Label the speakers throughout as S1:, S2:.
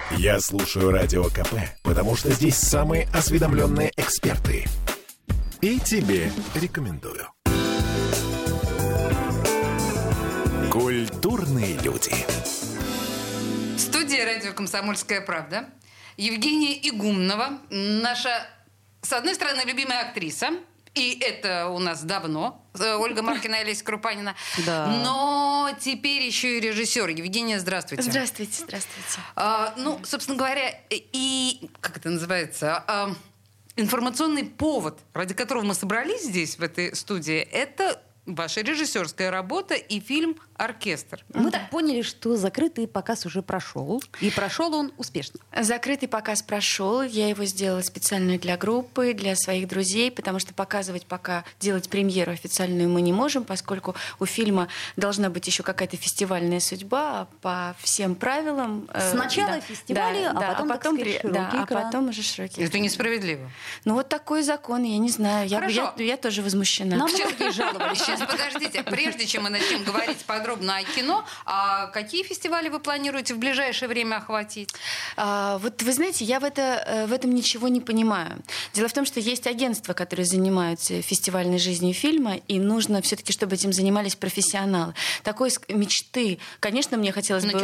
S1: Я слушаю Радио КП, потому что здесь самые осведомленные эксперты. И тебе рекомендую. Культурные люди.
S2: Студия «Радио Комсомольская правда». Евгения Игумнова, наша, с одной стороны, любимая актриса, и это у нас давно, Ольга Маркина и Олеся Крупанина, но теперь еще и режиссер. Евгения, здравствуйте.
S3: Здравствуйте.
S2: Собственно говоря, и, как это называется, информационный повод, ради которого мы собрались здесь, в этой студии, это ваша режиссерская работа и фильм «Оркестр».
S4: Мы так поняли, что закрытый показ уже прошел. И прошел он успешно.
S3: Закрытый показ прошел. Я его сделала специально для группы, для своих друзей, потому что показывать пока, делать премьеру официальную мы не можем, поскольку у фильма должна быть еще какая-то фестивальная судьба по всем правилам.
S4: Сначала фестивали, а потом
S3: уже широкий.
S2: Это несправедливо.
S3: Ну вот такой закон, я не знаю. Я тоже возмущена.
S4: Нам многие жаловались.
S2: Сейчас, подождите. Прежде чем мы начнем говорить подробно о кино, какие фестивали вы планируете в ближайшее время охватить?
S3: Вот вы знаете, я в этом ничего не понимаю. Дело в том, что есть агентства, которые занимаются фестивальной жизнью фильма, и нужно все-таки, чтобы этим занимались профессионалы. Такой мечты, конечно, мне хотелось бы...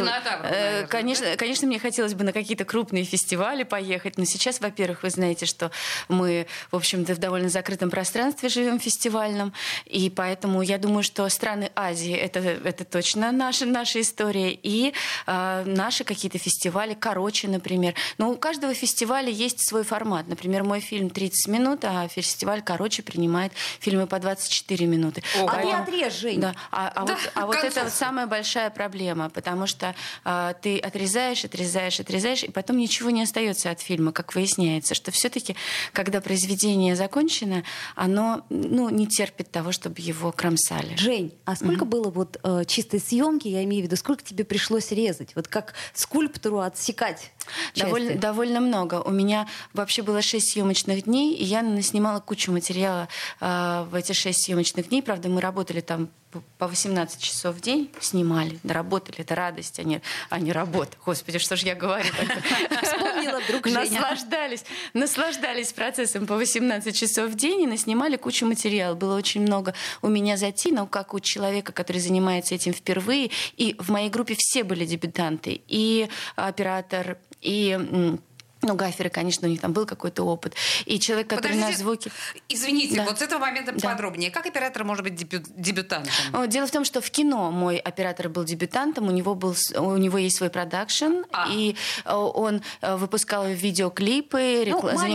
S3: Конечно, мне хотелось бы на какие-то крупные фестивали поехать, но сейчас, во-первых, вы знаете, что мы, в общем-то, в довольно закрытом пространстве живем фестивальном, и поэтому я думаю, что страны Азии это точно наша история, и наши какие-то фестивали, короче, например. Но у каждого фестиваля есть свой формат. Например, мой фильм 30 минут, а фестиваль короче принимает фильмы по 24 минуты.
S4: Ты отрежь, Жень.
S3: Да. Вот это вот самая большая проблема, потому что ты отрезаешь, и потом ничего не остается от фильма, как выясняется, что все-таки, когда произведение закончено, оно не терпит того, чтобы его кромсали.
S4: Жень, а сколько было чистой съемки, я имею в виду, сколько тебе пришлось резать? Вот как скульптору отсекать части?
S3: Довольно много. У меня вообще было 6 съемочных дней, и я снимала кучу материала в эти 6 съемочных дней. Правда, мы работали там по 18 часов в день, снимали, доработали. Это радость, а не работа. Господи, что ж я говорю?
S4: Вспомнила вдруг Женя.
S3: Наслаждались процессом по 18 часов в день и наснимали кучу материала. Было очень много у меня затинов, как у человека, который занимается этим впервые. И в моей группе все были дебютанты. И оператор, и... гаферы, конечно, у них там был какой-то опыт. И человек, который на звуке...
S2: Извините, вот с этого момента подробнее. Как оператор может быть дебютантом?
S3: Дело в том, что в кино мой оператор был дебютантом, у него есть свой продакшн, и он выпускал видеоклипы,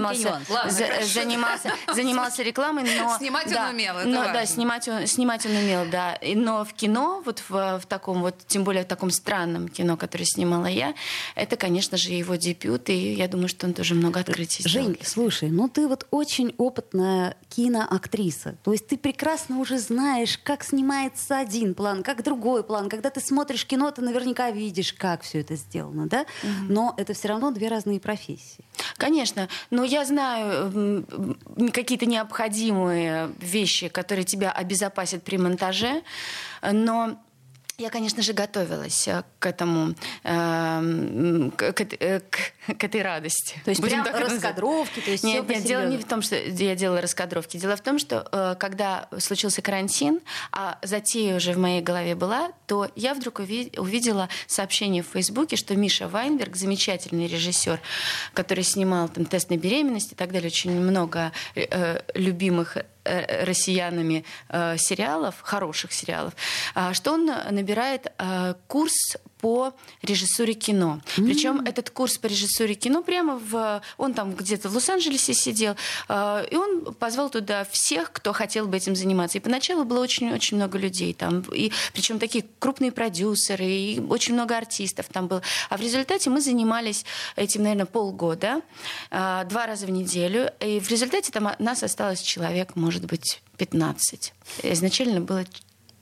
S3: занимался рекламой, но...
S2: Снимать он умел, это
S3: важно.
S2: Да,
S3: снимать он умел, да. Но в кино, в таком тем более в таком странном кино, которое снимала я, это, конечно же, его дебют, и я думаю, что он тоже много открытий сделал.
S4: Жень, слушай, ты очень опытная киноактриса. То есть ты прекрасно уже знаешь, как снимается один план, как другой план. Когда ты смотришь кино, ты наверняка видишь, как все это сделано, да? Но это все равно 2 разные профессии.
S3: Конечно, но я знаю какие-то необходимые вещи, которые тебя обезопасят при монтаже, но... Я, конечно же, готовилась к этому, к этой радости.
S4: То есть прям раскадровки? То есть
S3: нет, дело не в том, что я делала раскадровки. Дело в том, что когда случился карантин, а затея уже в моей голове была, то я вдруг увидела сообщение в Фейсбуке, что Миша Вайнберг, замечательный режиссер, который снимал там «Тест на беременность» и так далее, очень много любимых россиянами сериалов, хороших сериалов, что он набирает курс по режиссуре кино. Причем этот курс по режиссуре кино он там где-то в Лос-Анджелесе сидел, и он позвал туда всех, кто хотел бы этим заниматься. И поначалу было очень-очень много людей там, и причем такие крупные продюсеры, и очень много артистов там было. А в результате мы занимались этим, наверное, полгода, 2 раза в неделю, и в результате там нас осталось человек, может быть, 15. Изначально было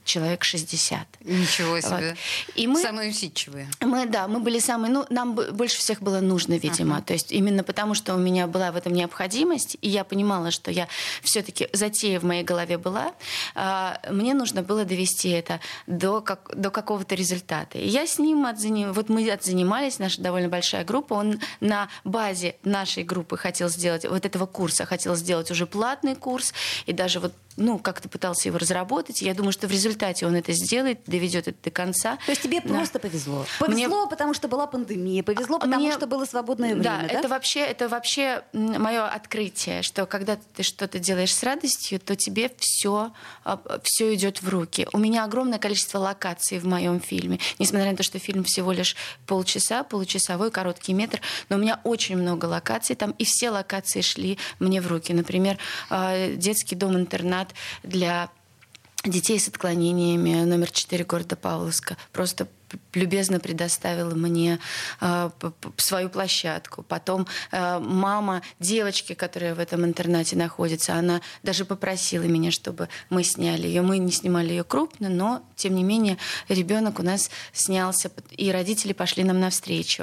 S3: человек 60.
S2: Ничего себе.
S3: Вот. И мы,
S2: самые усидчивые.
S3: Мы были самые... нам больше всех было нужно, видимо. То есть именно потому, что у меня была в этом необходимость, и я понимала, что я все-таки затея в моей голове была, мне нужно было довести это до какого-то результата. И я с ним вот мы отзанимались, наша довольно большая группа, он на базе нашей группы хотел сделать, вот этого курса, хотел сделать уже платный курс, и даже вот как-то пытался его разработать. Я думаю, что в результате он это сделает, доведет это до конца.
S4: То есть тебе просто повезло. Повезло, потому что была пандемия, повезло, потому что было свободное время.
S3: Да, это вообще мое открытие, что когда ты что-то делаешь с радостью, то тебе все идет в руки. У меня огромное количество локаций в моем фильме. Несмотря на то, что фильм всего лишь получасовой, короткий метр, но у меня очень много локаций там, и все локации шли мне в руки. Например, детский дом-интернат для детей с отклонениями номер 4 города Павловска. Просто любезно предоставила мне свою площадку. Потом мама девочки, которая в этом интернате находится, она даже попросила меня, чтобы мы сняли ее. Мы не снимали ее крупно, но, тем не менее, ребенок у нас снялся, и родители пошли нам навстречу.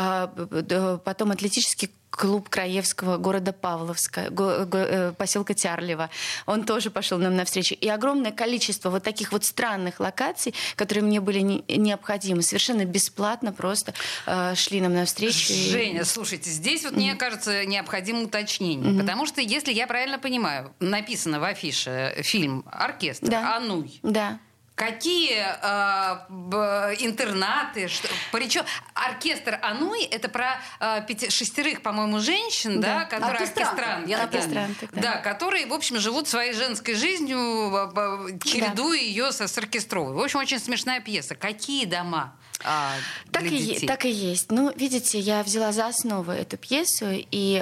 S3: Потом атлетический клуб Краевского города Павловска, поселка Тярлево. Он тоже пошел нам навстречу. И огромное количество вот таких вот странных локаций, которые мне были необходимы, совершенно бесплатно просто шли нам навстречу.
S2: Женя, слушайте, здесь вот, мне кажется, необходимо уточнение. Потому что, если я правильно понимаю, написано в афише фильм «Оркестр»,
S3: да.
S2: «Ануй».
S3: Да.
S2: Какие интернаты? Причем оркестр «Ануй» — это про 6, по-моему, женщин, да, которые оркестранты, да, которые, в общем, живут своей женской жизнью, чередуя ее с оркестровой. В общем, очень смешная пьеса. Какие дома?
S3: Так и есть. Ну, видите, я взяла за основу эту пьесу, и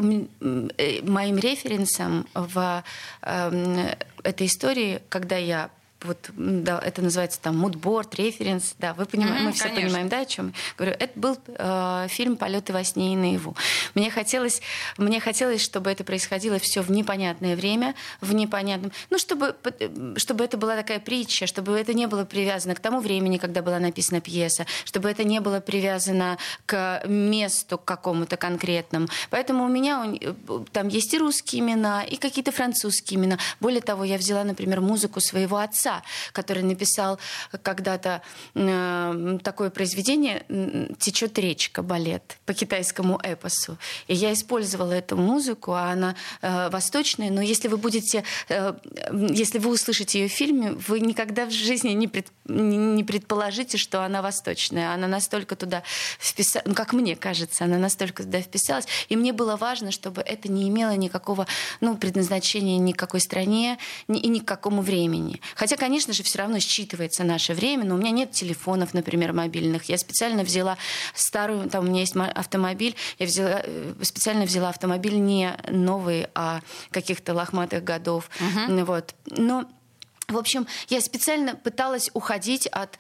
S3: моим референсом в этой истории, когда я это называется там мудборд, референс, да, вы понимаете, мы все понимаем, да, о чем я говорю. Это был фильм «Полеты во сне и наяву». Мне хотелось, чтобы это происходило все в непонятное время, в непонятном, чтобы это была такая притча, чтобы это не было привязано к тому времени, когда была написана пьеса, чтобы это не было привязано к месту к какому-то конкретному. Поэтому у меня там есть и русские имена, и какие-то французские имена. Более того, я взяла, например, музыку своего отца, который написал когда-то такое произведение «Течет речка», балет по китайскому эпосу. И я использовала эту музыку, а она восточная, но если вы услышите ее в фильме, вы никогда в жизни не предположите, что она восточная. Она настолько туда вписалась, как мне кажется, она настолько туда вписалась. И мне было важно, чтобы это не имело никакого предназначения ни к какой стране и ни к какому времени. Хотя, конечно же, все равно считывается наше время, но у меня нет телефонов, например, мобильных. Я специально взяла старую, там у меня есть автомобиль, специально взяла автомобиль не новый, а каких-то лохматых годов. Вот. Но в общем, я специально пыталась уходить от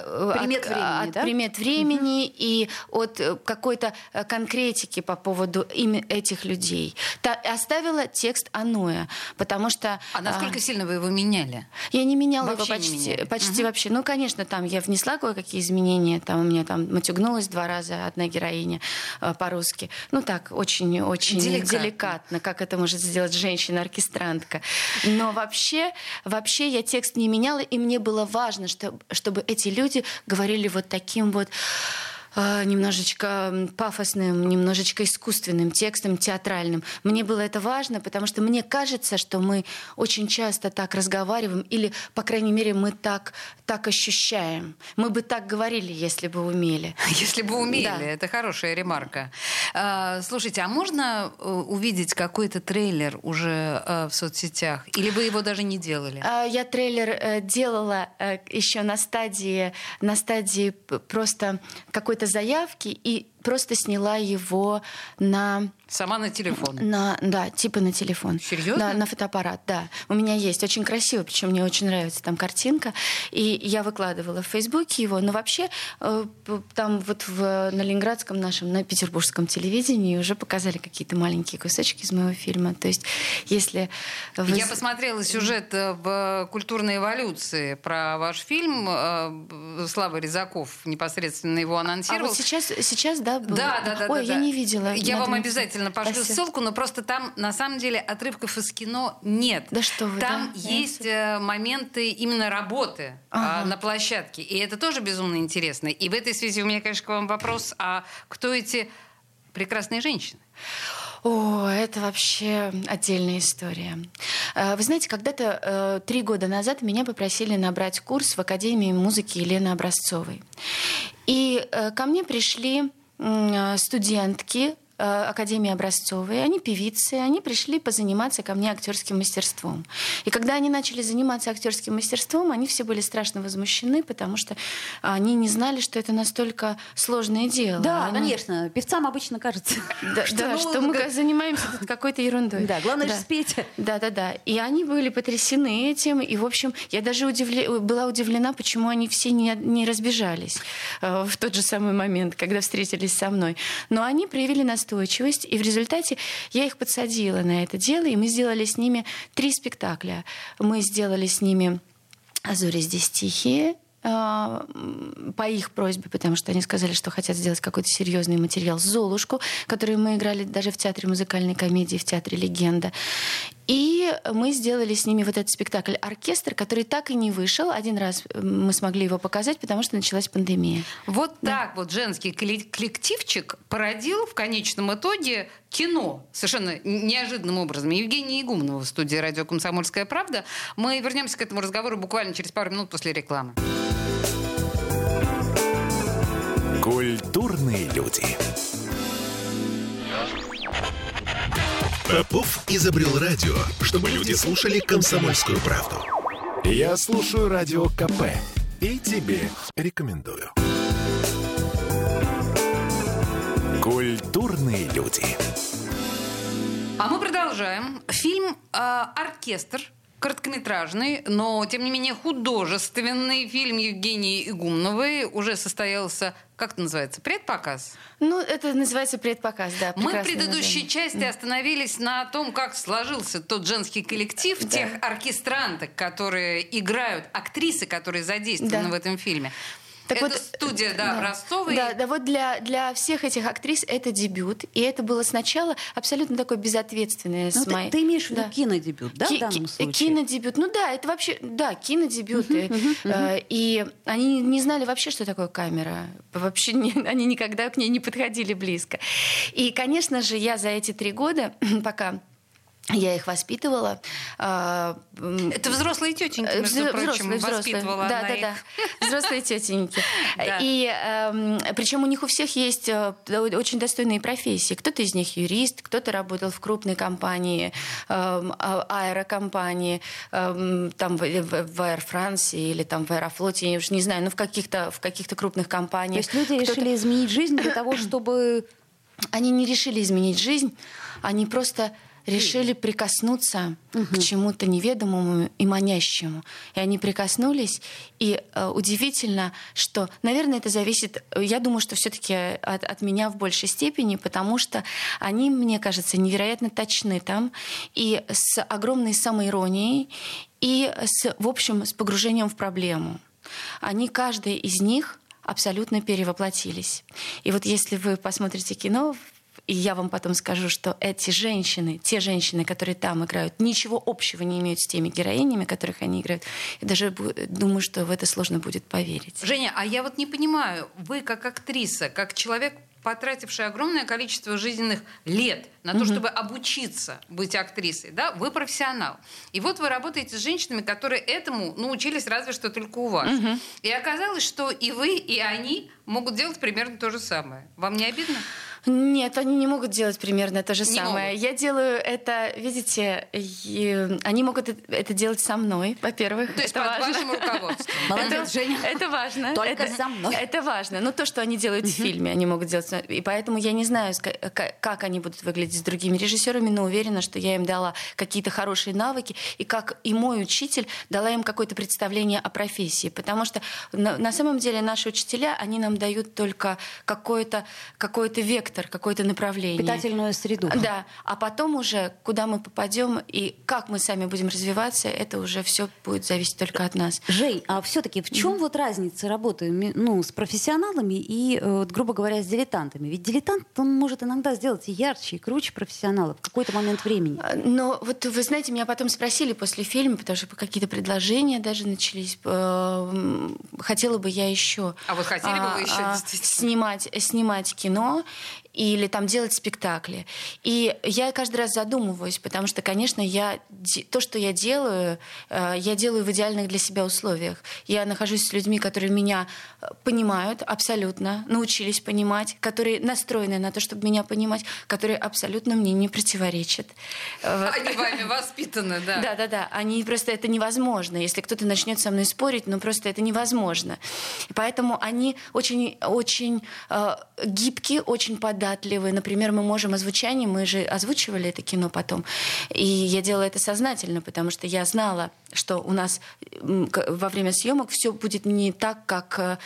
S3: примет времени и от какой-то конкретики по поводу этих людей. Оставила текст «Аноя», потому что...
S2: А насколько сильно вы его меняли?
S3: Я не меняла
S2: вообще
S3: его почти вообще. Ну, конечно, там я внесла кое-какие изменения. Там у меня там матюгнулась 2 раза одна героиня по-русски. Ну, так, очень-очень деликатно, как это может сделать женщина-оркестрантка. Но вообще я текст не меняла, и мне было важно, чтобы эти люди говорили вот таким вот немножечко пафосным, немножечко искусственным текстом, театральным. Мне было это важно, потому что мне кажется, что мы очень часто так разговариваем, или, по крайней мере, мы так ощущаем. Мы бы так говорили, если бы умели.
S2: Если бы умели,
S3: да.
S2: Это хорошая ремарка. Слушайте, а можно увидеть какой-то трейлер уже в соцсетях? Или вы его даже не делали?
S3: Я трейлер делала еще на стадии просто какой-то заявки, и просто сняла его на...
S2: Сама на телефон?
S3: Да, типа на телефон.
S2: Серьезно?
S3: На фотоаппарат, да. У меня есть. Очень красиво, причем мне очень нравится там картинка. И я выкладывала в Фейсбуке его. Но вообще там вот на ленинградском нашем, на петербургском телевидении уже показали какие-то маленькие кусочки из моего фильма. То есть если...
S2: Я посмотрела сюжет в «Культурной эволюции» про ваш фильм. Слава Резаков непосредственно его анонсировал.
S3: А вот сейчас, да? Был?
S2: Да.
S3: Ой, я не видела.
S2: Я вам обязательно пошлю ссылку, но просто там на самом деле отрывков из кино нет.
S3: Да что вы,
S2: там
S3: да?
S2: есть моменты именно работы на площадке. И это тоже безумно интересно. И в этой связи у меня, конечно, к вам вопрос, а кто эти прекрасные женщины?
S3: О, это вообще отдельная история. Вы знаете, когда-то 3 года назад меня попросили набрать курс в Академии музыки Елены Образцовой. И ко мне пришли студентки Академии Образцовой, они певицы, они пришли позаниматься ко мне актерским мастерством. И когда они начали заниматься актерским мастерством, они все были страшно возмущены, потому что они не знали, что это настолько сложное дело.
S4: Да, конечно. Певцам обычно кажется,
S3: что мы занимаемся тут какой-то ерундой.
S4: Да, главное же спеть.
S3: Да. И они были потрясены этим. И, в общем, я даже была удивлена, почему они все не разбежались в тот же самый момент, когда встретились со мной. Но они проявили настойчивость, и в результате я их подсадила на это дело, и мы сделали с ними 3 спектакля. Мы сделали с ними «А зори здесь тихие», по их просьбе, потому что они сказали, что хотят сделать какой-то серьезный материал, «Золушку», который мы играли даже в Театре музыкальной комедии, в Театре «Легенда». И мы сделали с ними вот этот спектакль «Оркестр», который так и не вышел. Один раз мы смогли его показать, потому что началась пандемия.
S2: Вот так вот женский коллективчик породил в конечном итоге кино совершенно неожиданным образом. Евгения Игумнова в студии «Радио Комсомольская правда». Мы вернемся к этому разговору буквально через пару минут после рекламы.
S1: Культурные люди. Попов изобрел радио, чтобы люди слушали «Комсомольскую правду». Я слушаю Радио КП и тебе рекомендую. Культурные люди.
S2: А мы продолжаем. Фильм «Оркестр». Короткометражный, но, тем не менее, художественный фильм Евгении Игумновой уже состоялся, как это называется, предпоказ?
S3: Ну, это называется предпоказ, да.
S2: Мы в предыдущей части остановились на том, как сложился тот женский коллектив, тех оркестранток, которые играют, актрисы, которые задействованы в этом фильме. Так это вот, студия, Образцовой.
S3: Да, вот для всех этих актрис это дебют. И это было сначала абсолютно такое безответственное.
S4: Ты имеешь в виду кинодебют, да, в данном случае?
S3: Кинодебют. Ну да, это вообще, кинодебют. И они не знали вообще, что такое камера. Вообще они никогда к ней не подходили близко. И, конечно же, я за эти 3 года, пока я их воспитывала.
S2: Это взрослые тетеньки, между прочим, воспитывала она их.
S3: Да. Взрослые тетеньки. И причем у них у всех есть очень достойные профессии. Кто-то из них юрист, кто-то работал в крупной компании, аэрокомпании, там в Air France или там в Аэрофлоте, я уж не знаю, в каких-то крупных компаниях.
S4: То есть люди решили изменить жизнь для того, чтобы...
S3: Они не решили изменить жизнь, они просто решили прикоснуться к чему-то неведомому и манящему. И они прикоснулись, и удивительно, что, наверное, это зависит, я думаю, что все-таки от меня в большей степени, потому что они, мне кажется, невероятно точны там, и с огромной самоиронией, и в общем, с погружением в проблему. Они, каждая из них, абсолютно перевоплотились. И вот если вы посмотрите кино, и я вам потом скажу, что эти женщины, те женщины, которые там играют, ничего общего не имеют с теми героинями, которых они играют. Я даже думаю, что в это сложно будет поверить.
S2: Женя, а я вот не понимаю, вы как актриса, как человек, потративший огромное количество жизненных лет на то, чтобы обучиться быть актрисой, да, вы профессионал. И вот вы работаете с женщинами, которые этому научились разве что только у вас. И оказалось, что и вы, и они могут делать примерно то же самое. Вам не обидно?
S3: Нет, они не могут делать примерно то же самое.
S2: Могут.
S3: Я делаю это, видите, они могут это делать со мной, во-первых.
S2: То есть
S3: это
S2: под
S3: важно.
S2: вашим руководством.
S4: Молодец, Женя.
S3: Это важно.
S4: Только со мной.
S3: Это важно. Но то, что они делают в фильме, они могут делать. И поэтому я не знаю, как они будут выглядеть с другими режиссерами, но уверена, что я им дала какие-то хорошие навыки, и как и мой учитель дала им какое-то представление о профессии. Потому что на самом деле наши учителя, они нам дают только какой-то вектор, какое-то направление.
S4: Питательную среду.
S3: Да. А потом уже, куда мы попадем и как мы сами будем развиваться, это уже все будет зависеть только от нас.
S4: Жень, а все-таки в чем вот разница работы с профессионалами и, грубо говоря, с дилетантами? Ведь дилетант, он может иногда сделать и ярче, и круче профессионала в какой-то момент времени.
S3: Но вот вы знаете, меня потом спросили после фильма, потому что какие-то предложения даже начались. Хотела бы я еще...
S2: А вот хотели бы вы еще действительно?
S3: Снимать кино или там делать спектакли. И я каждый раз задумываюсь, потому что, конечно, то, что я делаю в идеальных для себя условиях. Я нахожусь с людьми, которые меня понимают абсолютно, научились понимать, которые настроены на то, чтобы меня понимать, которые абсолютно мне не противоречат.
S2: Они вами воспитаны, да.
S3: Да. Они просто это невозможно. Если кто-то начнет со мной спорить, просто это невозможно. И поэтому они очень, очень гибкие, очень податливые. Например, мы можем озвучание, мы же озвучивали это кино потом. И я делала это сознательно, потому что я знала, что у нас во время съемок все будет не так, как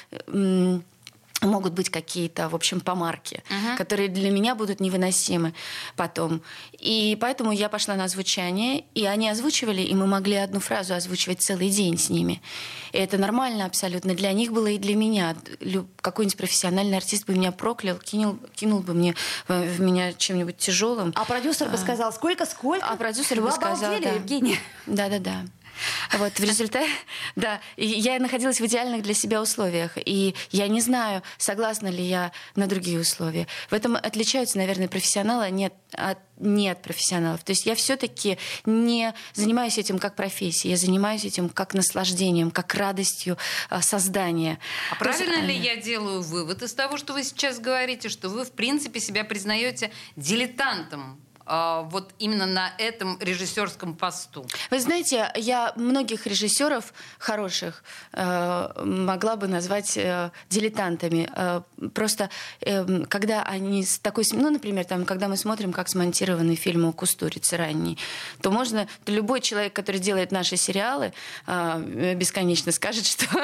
S3: могут быть какие-то, в общем, помарки, которые для меня будут невыносимы потом. И поэтому я пошла на озвучание, и они озвучивали, и мы могли одну фразу озвучивать целый день с ними. И это нормально абсолютно. Для них было и для меня. Какой-нибудь профессиональный артист бы меня проклял, кинул бы в меня чем-нибудь тяжелым.
S4: А продюсер бы сказал, сколько?
S3: А продюсер бы сказал,
S4: обалдели,
S3: да.
S4: Евгения?
S3: Да. Вот, в результате, да, я находилась в идеальных для себя условиях, и я не знаю, согласна ли я на другие условия. В этом отличаются, наверное, профессионалы от профессионалов. То есть я все-таки не занимаюсь этим как профессией, я занимаюсь этим как наслаждением, как радостью создания.
S2: А правильно ли я делаю вывод из того, что вы сейчас говорите, что вы, в принципе, себя признаете дилетантом? Вот именно на этом режиссерском посту?
S3: Вы знаете, я многих режиссеров хороших могла бы назвать дилетантами. Просто когда они с такой... например, когда мы смотрим, как смонтированы фильмы у Кустурицы ранние, то любой человек, который делает наши сериалы, бесконечно скажет,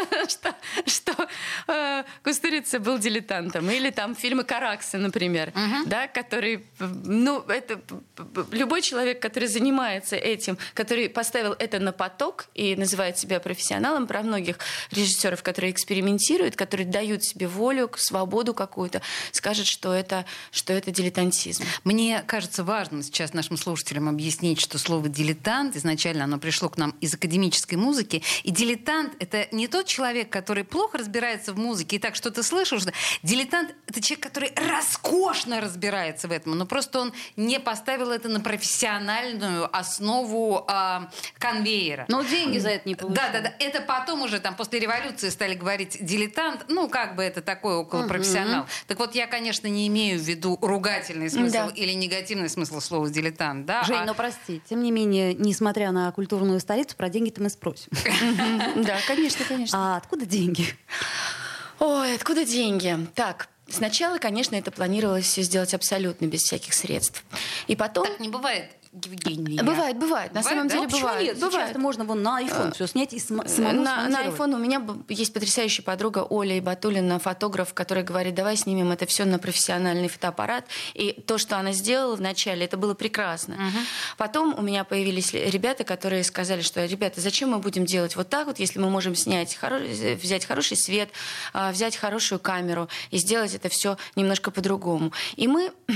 S3: что Кустурица был дилетантом. Или там фильмы Каракса, например, да, который... это любой человек, который занимается этим, который поставил это на поток и называет себя профессионалом, про многих режиссеров, которые экспериментируют, которые дают себе волю, свободу какую-то, скажет, что это дилетантизм.
S2: Мне кажется важным сейчас нашим слушателям объяснить, что слово «дилетант» изначально оно пришло к нам из академической музыки. И дилетант — это не тот человек, который плохо разбирается в музыке и так что-то слышал. Дилетант — это человек, который роскошно разбирается в этом, но просто он не поставил это на профессиональную основу конвейера.
S4: Но деньги за это не получают.
S2: Да. Это потом уже после революции стали говорить дилетант, это такой околопрофессионал. Так вот, я, конечно, не имею в виду ругательный смысл или негативный смысл слова дилетант. Да?
S4: Жень, прости, тем не менее, несмотря на культурную столицу, про деньги-то мы спросим.
S3: Да, конечно.
S4: А откуда деньги?
S3: Ой, откуда деньги? Так, сначала, конечно, это планировалось все сделать абсолютно без всяких средств. И потом...
S2: Так не бывает, Евгения.
S3: Бывает. На самом деле бывает.
S4: Нет, сейчас можно на iPhone все снять и самому
S3: на iPhone у меня есть потрясающая подруга Оля Ибатуллина, фотограф, которая говорит, давай снимем это все на профессиональный фотоаппарат. И то, что она сделала вначале, это было прекрасно. Потом у меня появились ребята, которые сказали, что, ребята, зачем мы будем делать вот так вот, если мы можем взять хороший свет, взять хорошую камеру и сделать это все немножко по-другому. И мы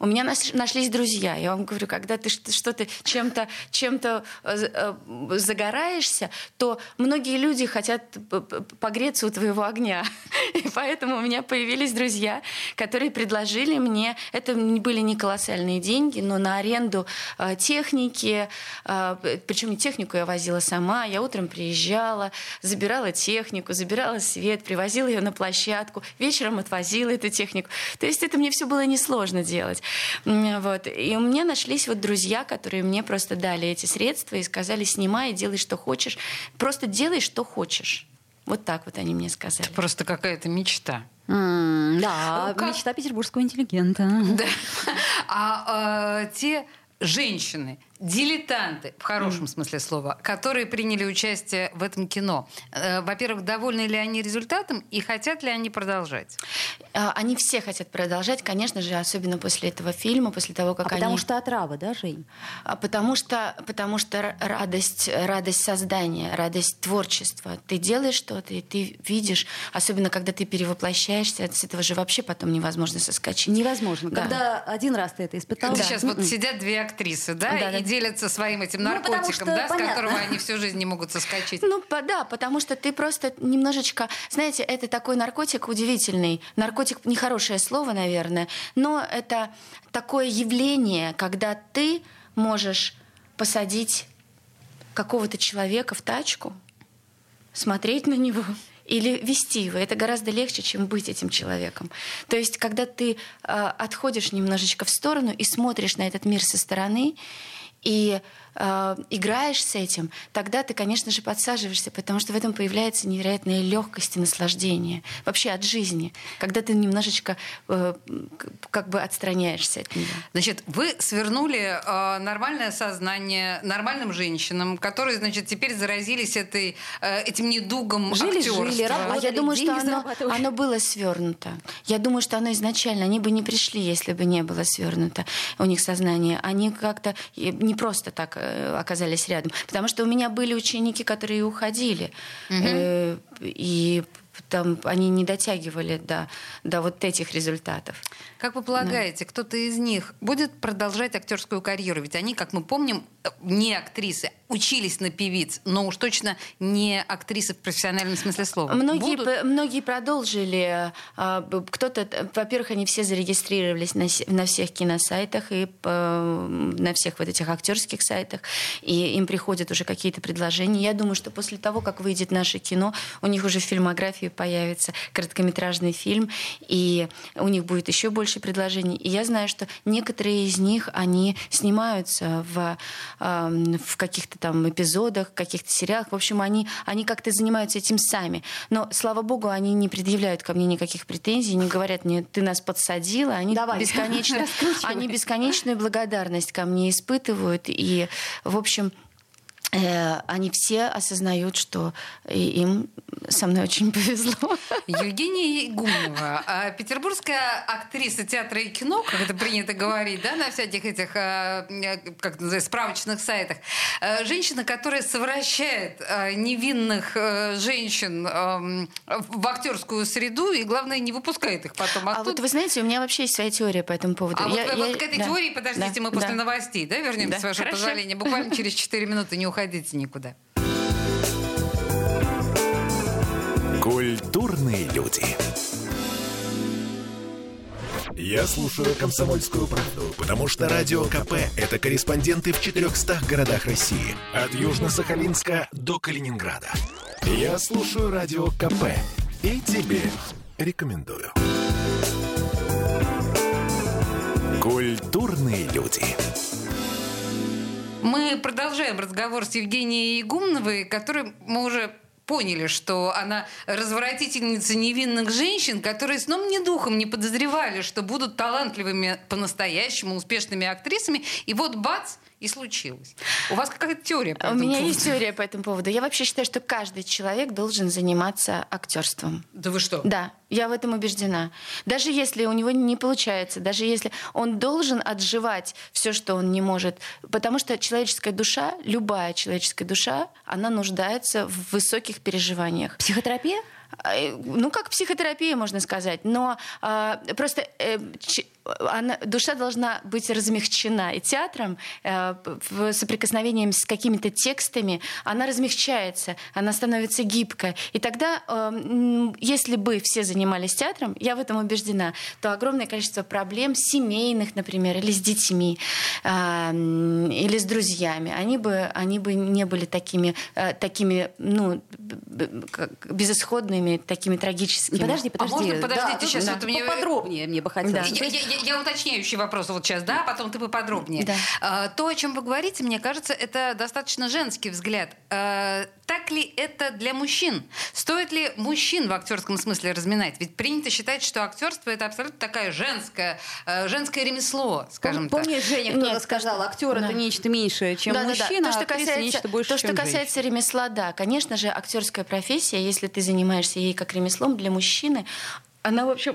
S3: У меня нашлись друзья. Я вам говорю, когда ты что-то чем-то загораешься, то многие люди хотят погреться у твоего огня. И поэтому у меня появились друзья, которые предложили мне, это были не колоссальные деньги, но на аренду техники, причем не технику я возила сама, я утром приезжала, забирала технику, забирала свет, привозила ее на площадку, вечером отвозила эту технику. То есть это мне все было несложно делать. Вот. И у меня нашлись вот друзья, которые мне просто дали эти средства и сказали: снимай, делай, что хочешь. Просто делай, что хочешь. Вот так вот они мне сказали.
S2: Это просто какая-то мечта.
S4: Да, мечта петербургского интеллигента.
S2: Да. А те женщины, дилетанты, в хорошем смысле слова, которые приняли участие в этом кино, во-первых, довольны ли они результатом и хотят ли они продолжать?
S3: Они все хотят продолжать, конечно же, особенно после этого фильма, после того, как
S4: потому что отрава, да, Жень?
S3: Потому что радость создания, радость творчества. Ты делаешь что-то, и ты видишь, особенно когда ты перевоплощаешься, с этого же вообще потом невозможно соскочить.
S4: Невозможно.
S3: Да.
S4: Когда один раз ты это испытал.
S2: Сейчас вот сидят две актрисы, да, и делятся своим этим наркотиком, да, с которого они всю жизнь не могут соскочить.
S3: Ну, да, потому что ты просто немножечко... Знаете, это такой наркотик удивительный. Наркотик — нехорошее слово, наверное, но это такое явление, когда ты можешь посадить какого-то человека в тачку, смотреть на него или вести его. Это гораздо легче, чем быть этим человеком. То есть, когда ты отходишь немножечко в сторону и смотришь на этот мир со стороны, и играешь с этим, тогда ты, конечно же, подсаживаешься, потому что в этом появляется невероятная легкость и наслаждение вообще от жизни, когда ты немножечко как бы отстраняешься от нее.
S2: Значит, вы свернули нормальное сознание нормальным женщинам, которые, значит, теперь заразились этим недугом актерства.
S4: Работали,
S3: я думаю, что оно было свернуто. Я думаю, что оно изначально, они бы не пришли, если бы не было свернуто у них сознание. Они как-то не просто так оказались рядом. Потому что у меня были ученики, которые уходили. И там они не дотягивали до вот этих результатов.
S2: Как вы полагаете, кто-то из них будет продолжать актерскую карьеру? Ведь они, как мы помним, не актрисы, учились на певиц, но уж точно не актрисы в профессиональном смысле слова.
S3: Многие продолжили. Кто-то, во-первых, они все зарегистрировались на всех киносайтах и на всех вот этих актерских сайтах, и им приходят уже какие-то предложения. Я думаю, что после того, как выйдет наше кино, у них уже в фильмографии появится короткометражный фильм, и у них будет еще больше предложений. И я знаю, что некоторые из них, они снимаются в каких-то там эпизодах, каких-то сериалах. В общем, они как-то занимаются этим сами. Но, слава богу, они не предъявляют ко мне никаких претензий, не говорят мне: ты нас подсадила. Они бесконечную благодарность ко мне испытывают. И, в общем, они все осознают, что им со мной очень повезло.
S2: Евгения Игумнова, петербургская актриса театра и кино, как это принято говорить, да, на всяких этих, как называется, справочных сайтах. Женщина, которая совращает невинных женщин в актерскую среду и, главное, не выпускает их потом оттуда.
S3: А вот вы знаете, у меня вообще есть своя теория по этому поводу.
S2: Вот к этой теории, подождите, мы после новостей, да, вернемся, с вашего позволения. Буквально через 4 минуты, не уходите никуда.
S1: Культурные люди. Я слушаю «Комсомольскую правду», потому что Радио КП – это корреспонденты в 400 городах России. От Южно-Сахалинска до Калининграда. Я слушаю Радио КП и тебе рекомендую. Культурные люди.
S2: Мы продолжаем разговор с Евгенией Игумновой, которой мы уже поняли, что она разворотительница невинных женщин, которые сном ни духом не подозревали, что будут талантливыми, по-настоящему успешными актрисами. И вот бац, и случилось. У вас какая-то теория по этому поводу?
S3: У меня есть теория по этому поводу. Я вообще считаю, что каждый человек должен заниматься актерством.
S2: Да вы что?
S3: Да, я в этом убеждена. Даже если у него не получается, даже если он должен отживать все, что он не может. Потому что человеческая душа, любая человеческая душа, она нуждается в высоких переживаниях.
S4: Психотерапия?
S3: Ну, как психотерапия, можно сказать. Но просто душа должна быть размягчена. И театром, соприкосновением с какими-то текстами, она размягчается, она становится гибкой. И тогда, если бы все занимались театром, я в этом убеждена, то огромное количество проблем семейных, например, или с детьми, или с друзьями, они бы не были такими безысходными, такими трагическими.
S4: Подожди.
S2: А можно подождите сейчас?
S4: Да.
S2: Вот мне...
S4: Поподробнее мне бы хотелось.
S2: Да. Я уточняющий вопрос вот сейчас, да, потом ты поподробнее.
S3: Да.
S2: То, о чем вы говорите, мне кажется, это достаточно женский взгляд. Так ли это для мужчин? Стоит ли мужчин в актерском смысле разминать? Ведь принято считать, что актерство это абсолютно такое женское ремесло, скажем так.
S4: Помнишь, Женя, кто-то сказал, актер это нечто меньшее, чем мужчина, а актриса нечто больше, чем женщина.
S3: То, что касается ремесла, да, конечно же, актерская профессия, если ты занимаешься ей как ремеслом, для мужчины, она, в общем,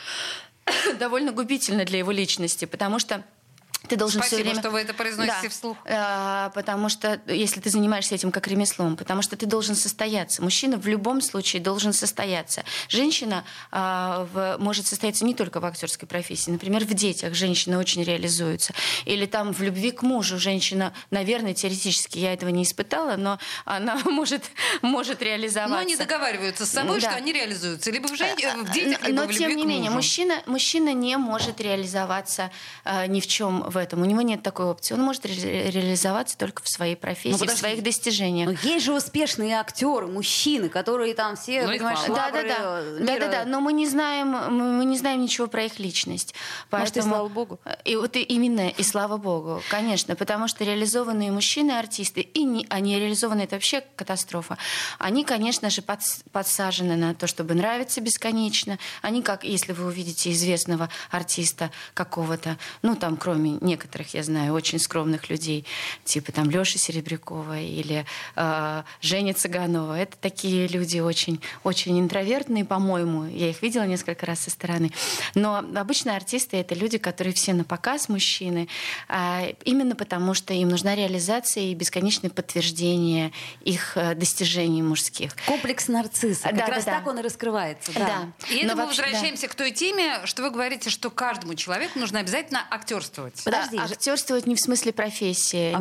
S3: довольно губительна для его личности, потому что ты должен
S2: Спасибо,
S3: все время...
S2: что вы это произносите вслух.
S3: Потому что, если ты занимаешься этим как ремеслом, потому что ты должен состояться. Мужчина в любом случае должен состояться. Женщина может состояться не только в актерской профессии. Например, в детях женщина очень реализуется. Или там в любви к мужу женщина, наверное, теоретически, я этого не испытала, но она может реализоваться.
S2: Но они договариваются с собой, что они реализуются либо в детях, либо в любви к мужу.
S3: Но, тем не менее, мужчина не может реализоваться ни в чем в этом. У него нет такой опции. Он может реализоваться только в своей профессии, в своих достижениях.
S4: Но есть же успешные актеры, мужчины, которые там все, понимаешь,
S3: Да. Но мы не знаем ничего про их личность.
S4: Может, и слава богу.
S3: И вот именно, и слава богу, конечно, потому что реализованные мужчины, артисты, и нереализованные — это вообще катастрофа. Они, конечно же, подсажены на то, чтобы нравиться бесконечно. Они, как, если вы увидите известного артиста какого-то, ну, там, кроме некоторых, я знаю, очень скромных людей, типа там Лёши Серебрякова или Жени Цыганова. Это такие люди очень, очень интровертные, по-моему. Я их видела несколько раз со стороны. Но обычно артисты — это люди, которые все на показ, мужчины, именно потому, что им нужна реализация и бесконечное подтверждение их достижений мужских.
S4: Комплекс нарцисса. Как раз так он и раскрывается.
S3: Да.
S2: И это мы возвращаемся к той теме, что вы говорите, что каждому человеку нужно обязательно актерствовать.
S4: Подожди,
S3: актерствовать не в смысле профессии,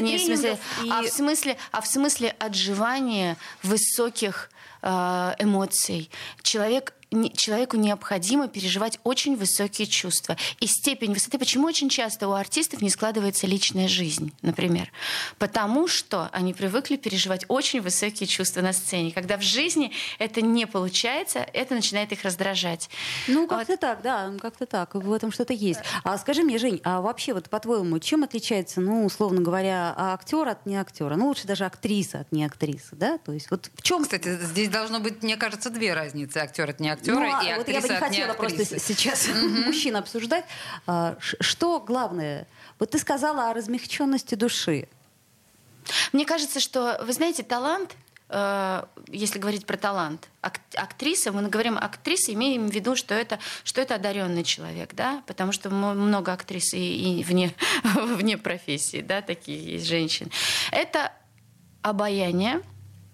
S3: в смысле отживания высоких эмоций. Человеку необходимо переживать очень высокие чувства. И степень высоты... Почему очень часто у артистов не складывается личная жизнь, например? Потому что они привыкли переживать очень высокие чувства на сцене. Когда в жизни это не получается, это начинает их раздражать.
S4: Ну, как-то так, да, как-то так. В этом что-то есть. А скажи мне, Жень, а вообще, вот по-твоему, чем отличается, ну, условно говоря, актер от неактера? Ну, лучше даже актриса от неактрисы, да? То есть вот в чем...
S2: Кстати, здесь должно быть, мне кажется, две разницы: актер от неактера.
S4: Ну,
S2: и
S4: вот я бы не хотела просто сейчас мужчин обсуждать. Что главное? Вот ты сказала о размягченности души.
S3: Мне кажется, что, вы знаете, талант, если говорить про талант, актриса, мы говорим актриса, имеем в виду, что это одаренный человек, да, потому что много актрис и вне профессии, да, такие есть женщины. Это обаяние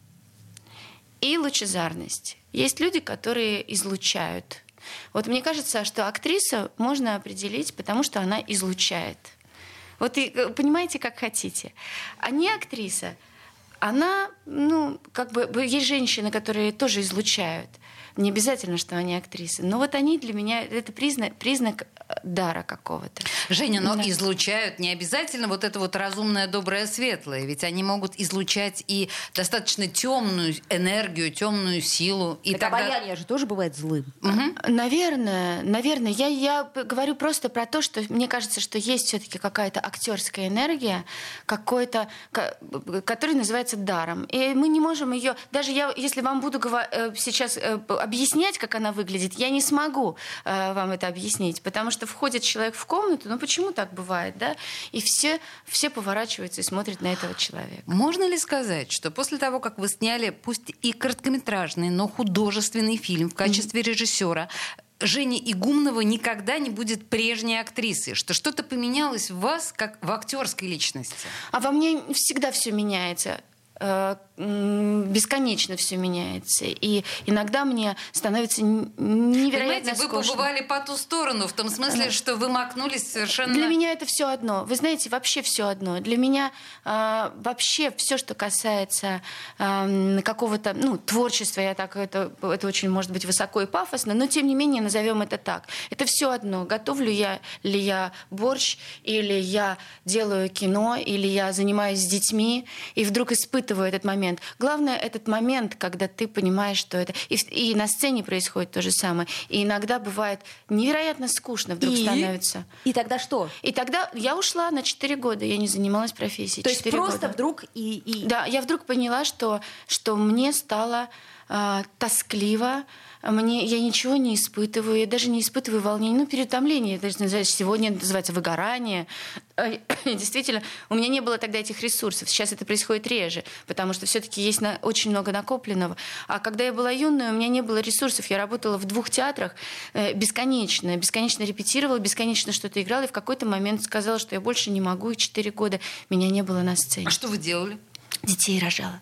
S3: и лучезарность. Есть люди, которые излучают. Вот мне кажется, что актрису можно определить, потому что она излучает. Вот и понимаете, как хотите. А не актриса, она, есть женщины, которые тоже излучают. Не обязательно, что они актрисы. Но вот они для меня, это признак дара какого-то.
S2: Женя, но излучают не обязательно вот это вот разумное, доброе, светлое. Ведь они могут излучать и достаточно темную энергию, темную силу. И
S4: это обаяние же тоже бывает злым.
S3: Угу. Наверное. Я говорю просто про то, что мне кажется, что есть все-таки какая-то актерская энергия, которая называется даром. И мы не можем ее... Даже если вам буду сейчас объяснять, как она выглядит, я не смогу вам это объяснить, потому что входит человек в комнату, почему так бывает, да? И все поворачиваются и смотрят на этого человека.
S2: Можно ли сказать, что после того, как вы сняли, пусть и короткометражный, но художественный фильм в качестве режиссера, Женя Игумнова никогда не будет прежней актрисой, что что-то поменялось в вас, как в актерской личности?
S3: А во мне всегда все меняется. бесконечно все меняется. И иногда мне становится невероятно скучно.
S2: Вы побывали по ту сторону, в том смысле, что вы макнулись совершенно...
S3: Для меня это все одно. Вы знаете, вообще все одно. Для меня вообще все, что касается какого-то творчества, это очень может быть высоко и пафосно, но тем не менее назовем это так. Это все одно. Готовлю ли я борщ, или я делаю кино, или я занимаюсь с детьми, и вдруг испытываю этот момент. Главное, этот момент, когда ты понимаешь, что это... И на сцене происходит то же самое. И иногда бывает невероятно скучно вдруг становится.
S4: И тогда что?
S3: И тогда я ушла на 4 года. Я не занималась профессией.
S4: То есть просто
S3: года.
S4: вдруг
S3: Да, я вдруг поняла, что мне стало тоскливо. Я ничего не испытываю, я даже не испытываю волнения, переутомление. Это сегодня называется выгорание. Действительно, у меня не было тогда этих ресурсов. Сейчас это происходит реже, потому что все-таки есть очень много накопленного. А когда я была юная, у меня не было ресурсов. Я работала в 2 театрах бесконечно репетировала, бесконечно что-то играла, и в какой-то момент сказала, что я больше не могу, и 4 года меня не было на сцене.
S2: А что вы делали?
S3: Детей рожала.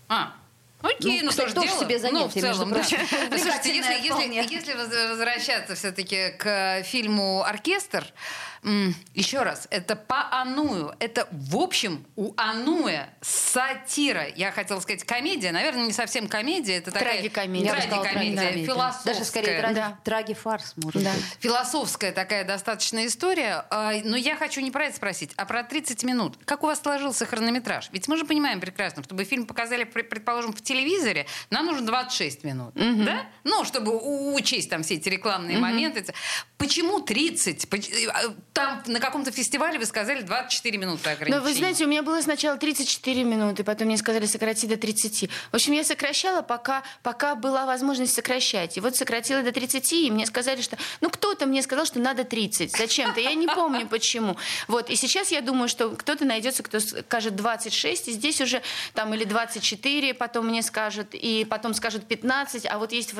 S2: Окей,
S4: кстати, тоже
S2: дело.
S4: себе занятие,
S2: В целом,
S4: между прочим.
S2: да. Слушайте, если возвращаться все-таки к фильму «Оркестр», еще раз, это по Ануэ. Это, в общем, у Ануэ сатира. Я хотела сказать комедия. Наверное, не совсем комедия. Это такая трагикомедия, философская.
S4: Даже скорее траги-фарс, может быть.
S2: Философская такая достаточно история. Но я хочу не про это спросить, а про 30 минут. Как у вас сложился хронометраж? Ведь мы же понимаем прекрасно, чтобы фильм показали, предположим, в телевизоре, нам нужно 26 минут. Да? Чтобы учесть там все эти рекламные моменты. Почему 30? Там на каком-то фестивале вы сказали 24 минуты ограничения.
S3: Но вы знаете, у меня было сначала 34 минуты, потом мне сказали сократить до 30. В общем, я сокращала, пока была возможность сокращать. И вот сократила до 30, и мне сказали, что... кто-то мне сказал, что надо 30. Зачем-то. Я не помню, почему. И сейчас я думаю, что кто-то найдется, кто скажет 26, и здесь уже там или 24, потом мне скажут, и потом скажут 15, а вот есть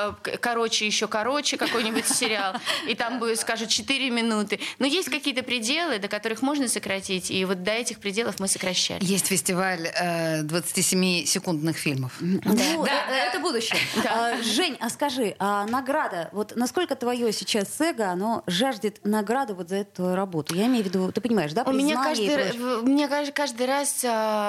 S3: еще короче какой-нибудь сериал, и там скажут 4 минуты. Но есть какие-то пределы, до которых можно сократить, и вот до этих пределов мы сокращали.
S2: Есть фестиваль 27-секундных фильмов.
S4: Это будущее. Жень, а скажи, награда, насколько твое сейчас эго, оно жаждет награды за эту работу? Я имею в виду, ты понимаешь, да, признание?
S3: У меня каждый раз,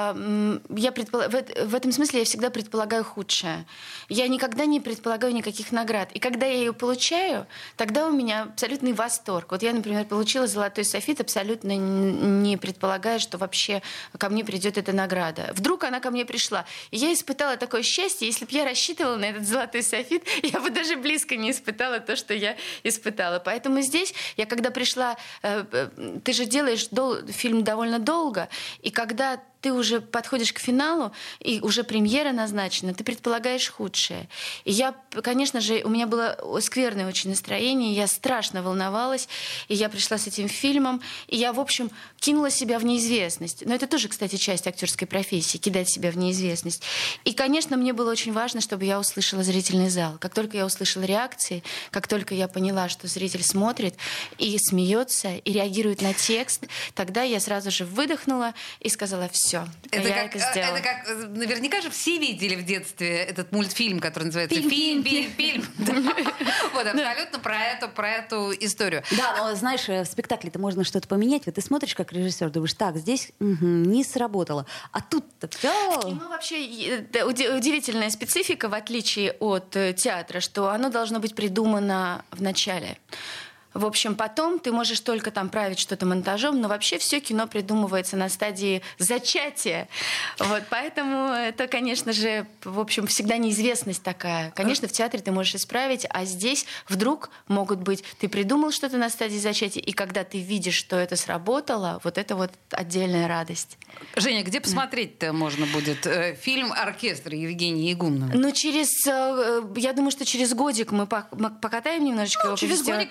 S3: в этом смысле я всегда предполагаю худшее. Я никогда не предполагаю никаких наград. И когда я ее получаю, тогда у меня абсолютный восторг. Я, например, получила «Золотой софит», абсолютно не предполагая, что вообще ко мне придет эта награда. Вдруг она ко мне пришла. И я испытала такое счастье. Если бы я рассчитывала на этот «Золотой софит», я бы даже близко не испытала то, что я испытала. Поэтому здесь, я когда пришла... Ты же делаешь фильм довольно долго, и когда ты уже подходишь к финалу, и уже премьера назначена, ты предполагаешь худшее. И я, конечно же, у меня было скверное очень настроение, я страшно волновалась, и я пришла с этим фильмом, и я, в общем, кинула себя в неизвестность. Но это тоже, кстати, часть актерской профессии, кидать себя в неизвестность. И, конечно, мне было очень важно, чтобы я услышала зрительный зал. Как только я услышала реакции, как только я поняла, что зритель смотрит и смеется, и реагирует на текст, тогда я сразу же выдохнула и сказала: все. Это
S2: как наверняка же все видели в детстве этот мультфильм, который называется «Фильм». Вот, абсолютно про эту историю.
S4: Да, но знаешь, в спектакле-то можно что-то поменять. Ты смотришь как режиссер, думаешь, так, здесь не сработало. А тут-то все.
S3: Ну, вообще, удивительная специфика, в отличие от театра, что оно должно быть придумано в начале. В общем, потом ты можешь только там править что-то монтажом, но вообще все кино придумывается на стадии зачатия. Поэтому это, конечно же, в общем, всегда неизвестность такая. Конечно, в театре ты можешь исправить, а здесь вдруг могут быть... Ты придумал что-то на стадии зачатия, и когда ты видишь, что это сработало, это отдельная радость.
S2: Женя, где посмотреть-то можно будет фильм «Оркестр» Евгении Игумновой?
S3: Я думаю, что через годик мы покатаем немножечко его по фестивалю.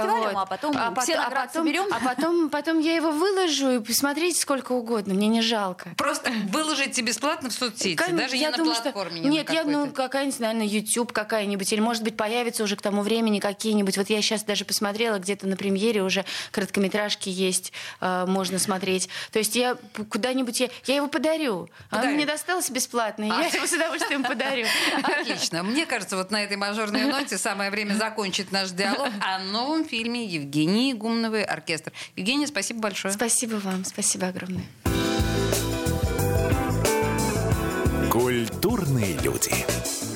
S4: разговариваем, а потом все награды соберем.
S3: Потом я его выложу, и посмотрите сколько угодно, мне не жалко.
S2: Просто выложите бесплатно в соцсети, даже не на платформе.
S3: Нет, какая-нибудь, наверное, YouTube какая-нибудь, или, может быть, появится уже к тому времени какие-нибудь. Вот я сейчас даже посмотрела, где-то на премьере уже короткометражки есть, можно смотреть. То есть я куда-нибудь... Я его подарю. Он мне достался бесплатно, и я его с удовольствием подарю.
S2: Отлично. Мне кажется, вот на этой мажорной ноте самое время закончить наш диалог о новом фильме Евгении Игумновой «Оркестр». Евгения, спасибо большое.
S3: Спасибо вам, спасибо огромное.
S1: Культурные люди.